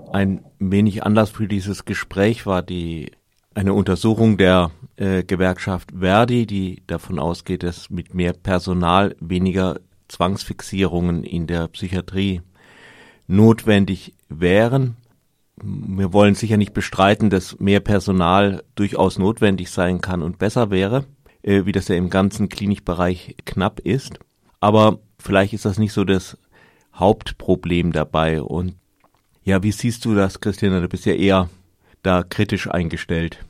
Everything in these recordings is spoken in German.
Ein wenig Anlass für dieses Gespräch war eine Untersuchung der Gewerkschaft ver.di, die davon ausgeht, dass mit mehr Personal weniger Zwangsfixierungen in der Psychiatrie notwendig wären. Wir wollen sicher nicht bestreiten, dass mehr Personal durchaus notwendig sein kann und besser wäre, wie das ja im ganzen Klinikbereich knapp ist. Aber vielleicht ist das nicht so das Hauptproblem dabei. Und ja, wie siehst du das, Christina? Du bist ja eher da kritisch eingestellt.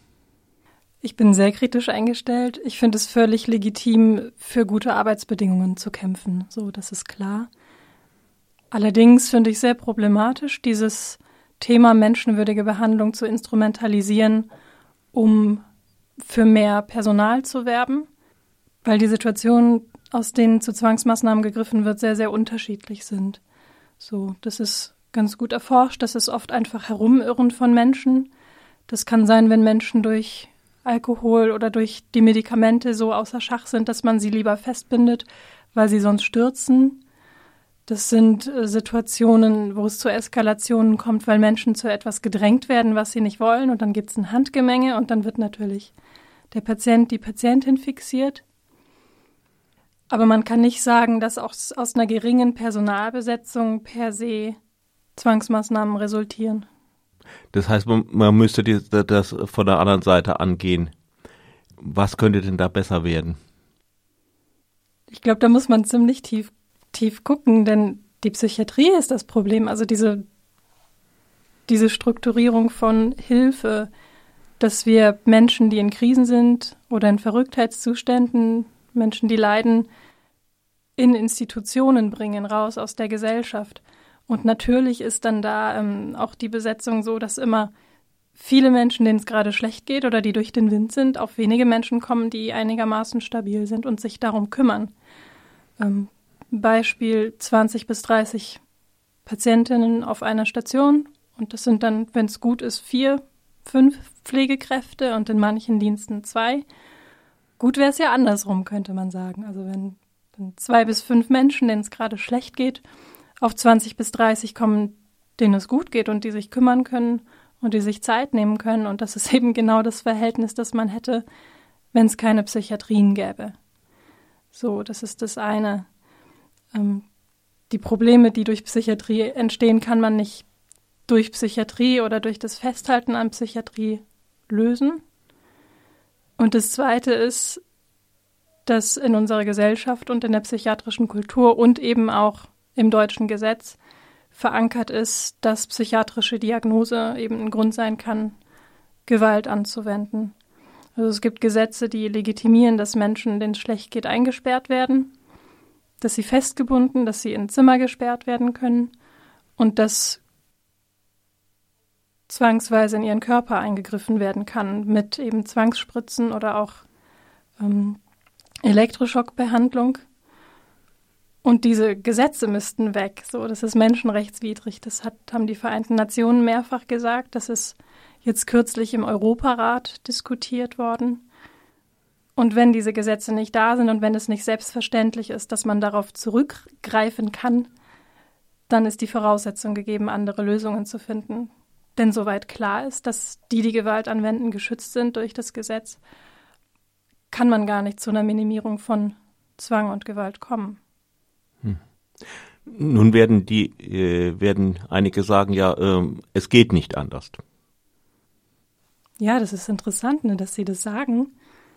Ich bin sehr kritisch eingestellt. Ich finde es völlig legitim, für gute Arbeitsbedingungen zu kämpfen. So, das ist klar. Allerdings finde ich sehr problematisch, dieses Thema menschenwürdige Behandlung zu instrumentalisieren, um für mehr Personal zu werben, weil die Situationen, aus denen zu Zwangsmaßnahmen gegriffen wird, sehr, sehr unterschiedlich sind. So, das ist ganz gut erforscht. Das ist oft einfach Herumirren von Menschen. Das kann sein, wenn Menschen durch Alkohol oder durch die Medikamente so außer Schach sind, dass man sie lieber festbindet, weil sie sonst stürzen. Das sind Situationen, wo es zu Eskalationen kommt, weil Menschen zu etwas gedrängt werden, was sie nicht wollen. Und dann gibt es ein Handgemenge und dann wird natürlich der Patient, die Patientin fixiert. Aber man kann nicht sagen, dass auch aus einer geringen Personalbesetzung per se Zwangsmaßnahmen resultieren. Das heißt, man müsste das von der anderen Seite angehen. Was könnte denn da besser werden? Ich glaube, da muss man ziemlich tief gucken, denn die Psychiatrie ist das Problem. Also diese Strukturierung von Hilfe, dass wir Menschen, die in Krisen sind oder in Verrücktheitszuständen, Menschen, die leiden, in Institutionen bringen, raus aus der Gesellschaft. Und natürlich ist dann da auch die Besetzung so, dass immer viele Menschen, denen es gerade schlecht geht oder die durch den Wind sind, auf wenige Menschen kommen, die einigermaßen stabil sind und sich darum kümmern. Beispiel 20 bis 30 Patientinnen auf einer Station und das sind dann, wenn es gut ist, 4, 5 Pflegekräfte und in manchen Diensten 2. Gut wäre es ja andersrum, könnte man sagen. Also wenn 2 bis 5 Menschen, denen es gerade schlecht geht, auf 20 bis 30 kommen, denen es gut geht und die sich kümmern können und die sich Zeit nehmen können. Und das ist eben genau das Verhältnis, das man hätte, wenn es keine Psychiatrien gäbe. So, das ist das eine. Die Probleme, die durch Psychiatrie entstehen, kann man nicht durch Psychiatrie oder durch das Festhalten an Psychiatrie lösen. Und das Zweite ist, dass in unserer Gesellschaft und in der psychiatrischen Kultur und eben auch im deutschen Gesetz verankert ist, dass psychiatrische Diagnose eben ein Grund sein kann, Gewalt anzuwenden. Also es gibt Gesetze, die legitimieren, dass Menschen, denen es schlecht geht, eingesperrt werden, dass sie festgebunden, dass sie in Zimmer gesperrt werden können und dass zwangsweise in ihren Körper eingegriffen werden kann mit eben Zwangsspritzen oder auch Elektroschockbehandlung. Und diese Gesetze müssten weg. So, das ist menschenrechtswidrig. Das haben die Vereinten Nationen mehrfach gesagt. Das ist jetzt kürzlich im Europarat diskutiert worden. Und wenn diese Gesetze nicht da sind und wenn es nicht selbstverständlich ist, dass man darauf zurückgreifen kann, dann ist die Voraussetzung gegeben, andere Lösungen zu finden. Denn soweit klar ist, dass die Gewalt anwenden, geschützt sind durch das Gesetz, kann man gar nicht zu einer Minimierung von Zwang und Gewalt kommen. Nun werden einige sagen, ja, es geht nicht anders. Ja, das ist interessant, ne, dass Sie das sagen.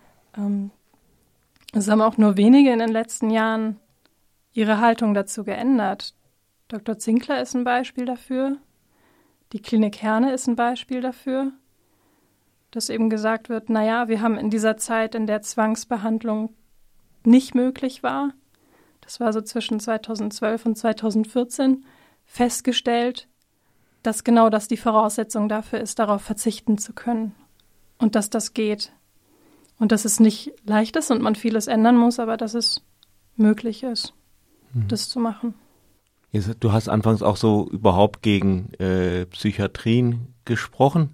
Es haben auch nur wenige in den letzten Jahren ihre Haltung dazu geändert. Dr. Zinkler ist ein Beispiel dafür. Die Klinik Herne ist ein Beispiel dafür, dass eben gesagt wird, naja, wir haben in dieser Zeit, in der Zwangsbehandlung nicht möglich war, das war so zwischen 2012 und 2014, festgestellt, dass genau das die Voraussetzung dafür ist, darauf verzichten zu können und dass das geht. Und dass es nicht leicht ist und man vieles ändern muss, aber dass es möglich ist, das zu machen. Du hast anfangs auch so überhaupt gegen Psychiatrien gesprochen.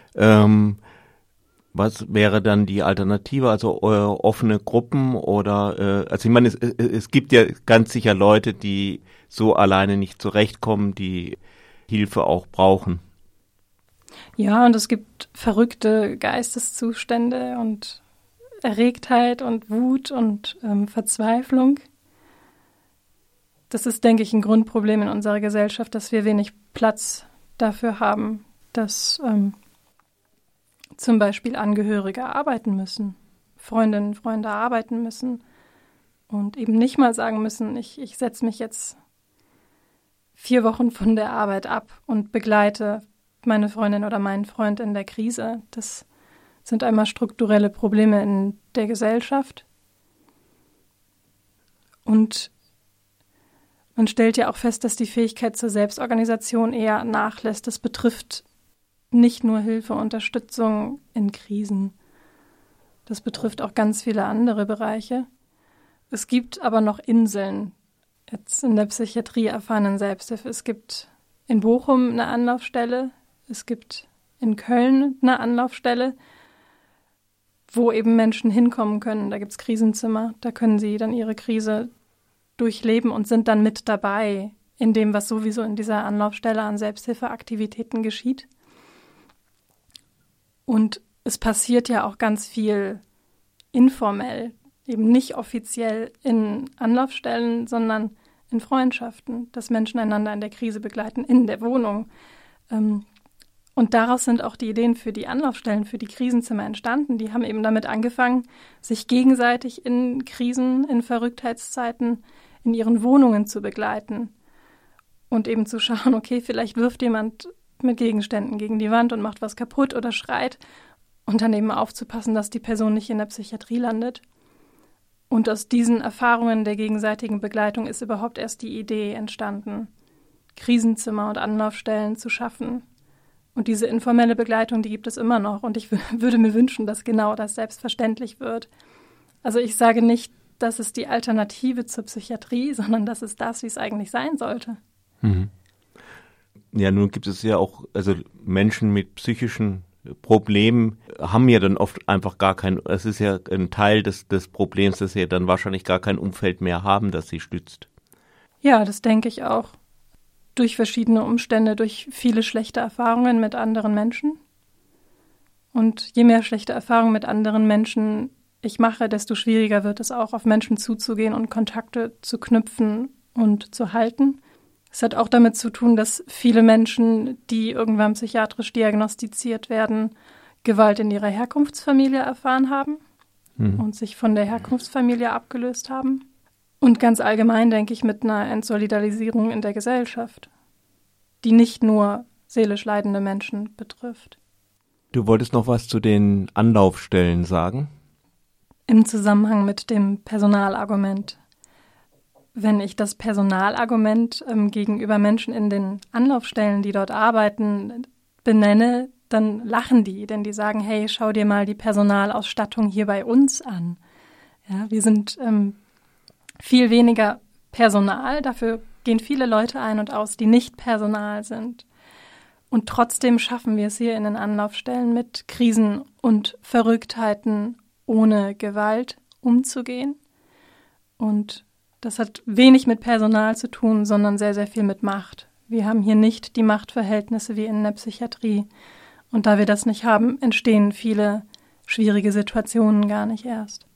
Was wäre dann die Alternative, also offene Gruppen oder, also ich meine, es gibt ja ganz sicher Leute, die so alleine nicht zurechtkommen, die Hilfe auch brauchen. Ja, und es gibt verrückte Geisteszustände und Erregtheit und Wut und Verzweiflung. Das ist, denke ich, ein Grundproblem in unserer Gesellschaft, dass wir wenig Platz dafür haben, dass zum Beispiel Angehörige arbeiten müssen, Freundinnen und Freunde arbeiten müssen und eben nicht mal sagen müssen, ich setze mich jetzt 4 Wochen von der Arbeit ab und begleite meine Freundin oder meinen Freund in der Krise. Das sind einmal strukturelle Probleme in der Gesellschaft. Und man stellt ja auch fest, dass die Fähigkeit zur Selbstorganisation eher nachlässt. Das betrifft nicht nur Hilfe, Unterstützung in Krisen. Das betrifft auch ganz viele andere Bereiche. Es gibt aber noch Inseln, jetzt in der Psychiatrie erfahrenen Selbsthilfe. Es gibt in Bochum eine Anlaufstelle, es gibt in Köln eine Anlaufstelle, wo eben Menschen hinkommen können. Da gibt es Krisenzimmer, da können sie dann ihre Krise durchleben und sind dann mit dabei in dem, was sowieso in dieser Anlaufstelle an Selbsthilfeaktivitäten geschieht. Und es passiert ja auch ganz viel informell, eben nicht offiziell in Anlaufstellen, sondern in Freundschaften, dass Menschen einander in der Krise begleiten, in der Wohnung. Und daraus sind auch die Ideen für die Anlaufstellen, für die Krisenzimmer entstanden. Die haben eben damit angefangen, sich gegenseitig in Krisen, in Verrücktheitszeiten in ihren Wohnungen zu begleiten und eben zu schauen, okay, vielleicht wirft jemand mit Gegenständen gegen die Wand und macht was kaputt oder schreit und dann eben aufzupassen, dass die Person nicht in der Psychiatrie landet. Und aus diesen Erfahrungen der gegenseitigen Begleitung ist überhaupt erst die Idee entstanden, Krisenzimmer und Anlaufstellen zu schaffen. Und diese informelle Begleitung, die gibt es immer noch. Und ich würde mir wünschen, dass genau das selbstverständlich wird. Also ich sage nicht, das ist die Alternative zur Psychiatrie, sondern das ist das, wie es eigentlich sein sollte. Mhm. Ja, nun gibt es ja auch, also Menschen mit psychischen Problemen haben ja dann oft einfach gar kein, es ist ja ein Teil des Problems, dass sie ja dann wahrscheinlich gar kein Umfeld mehr haben, das sie stützt. Ja, das denke ich auch. Durch verschiedene Umstände, durch viele schlechte Erfahrungen mit anderen Menschen. Und je mehr schlechte Erfahrungen mit anderen Menschen ich mache, desto schwieriger wird es auch, auf Menschen zuzugehen und Kontakte zu knüpfen und zu halten. Es hat auch damit zu tun, dass viele Menschen, die irgendwann psychiatrisch diagnostiziert werden, Gewalt in ihrer Herkunftsfamilie erfahren haben und sich von der Herkunftsfamilie abgelöst haben. Und ganz allgemein denke ich mit einer Entsolidarisierung in der Gesellschaft, die nicht nur seelisch leidende Menschen betrifft. Du wolltest noch was zu den Anlaufstellen sagen? Im Zusammenhang mit dem Personalargument. Wenn ich das Personalargument gegenüber Menschen in den Anlaufstellen, die dort arbeiten, benenne, dann lachen die, denn die sagen, hey, schau dir mal die Personalausstattung hier bei uns an. Ja, wir sind viel weniger Personal, dafür gehen viele Leute ein und aus, die nicht Personal sind. Und trotzdem schaffen wir es hier in den Anlaufstellen mit Krisen und Verrücktheiten ohne Gewalt umzugehen. Und das hat wenig mit Personal zu tun, sondern sehr, sehr viel mit Macht. Wir haben hier nicht die Machtverhältnisse wie in der Psychiatrie. Und da wir das nicht haben, entstehen viele schwierige Situationen gar nicht erst.